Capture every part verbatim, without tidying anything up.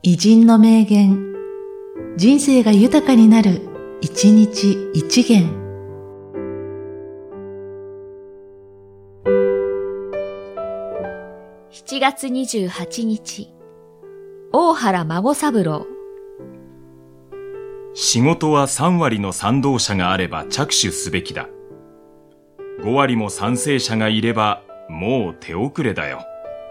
偉人の名言、人生が豊かになる、一日一元。 しちがつにじゅうはちにち、大原孫三郎。 仕事はさんわりの賛同者があれば着手すべきだ。ごわりも賛成者がいればもう手遅れだよ。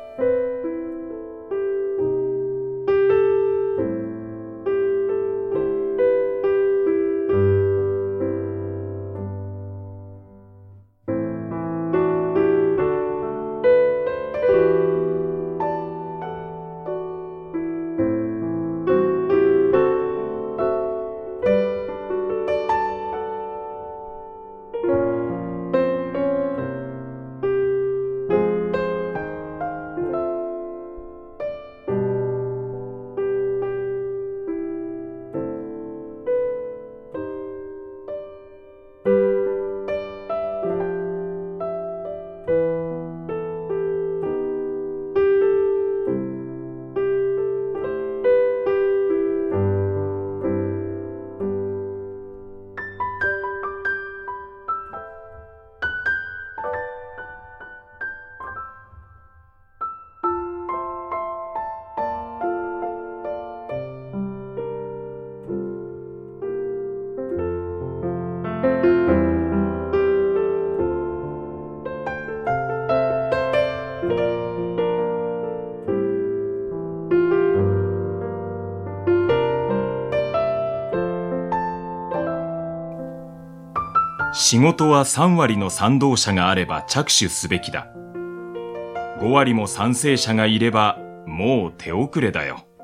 仕事はさんわりの賛同者があれば着手すべきだ。ごわりも賛成者がいればもう手遅れだよ。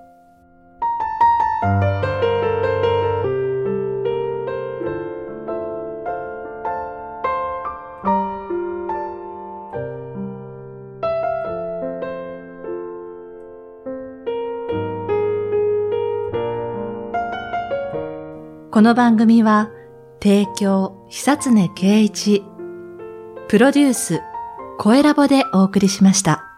この番組は提供久常圭一、プロデュース声ラボでお送りしました。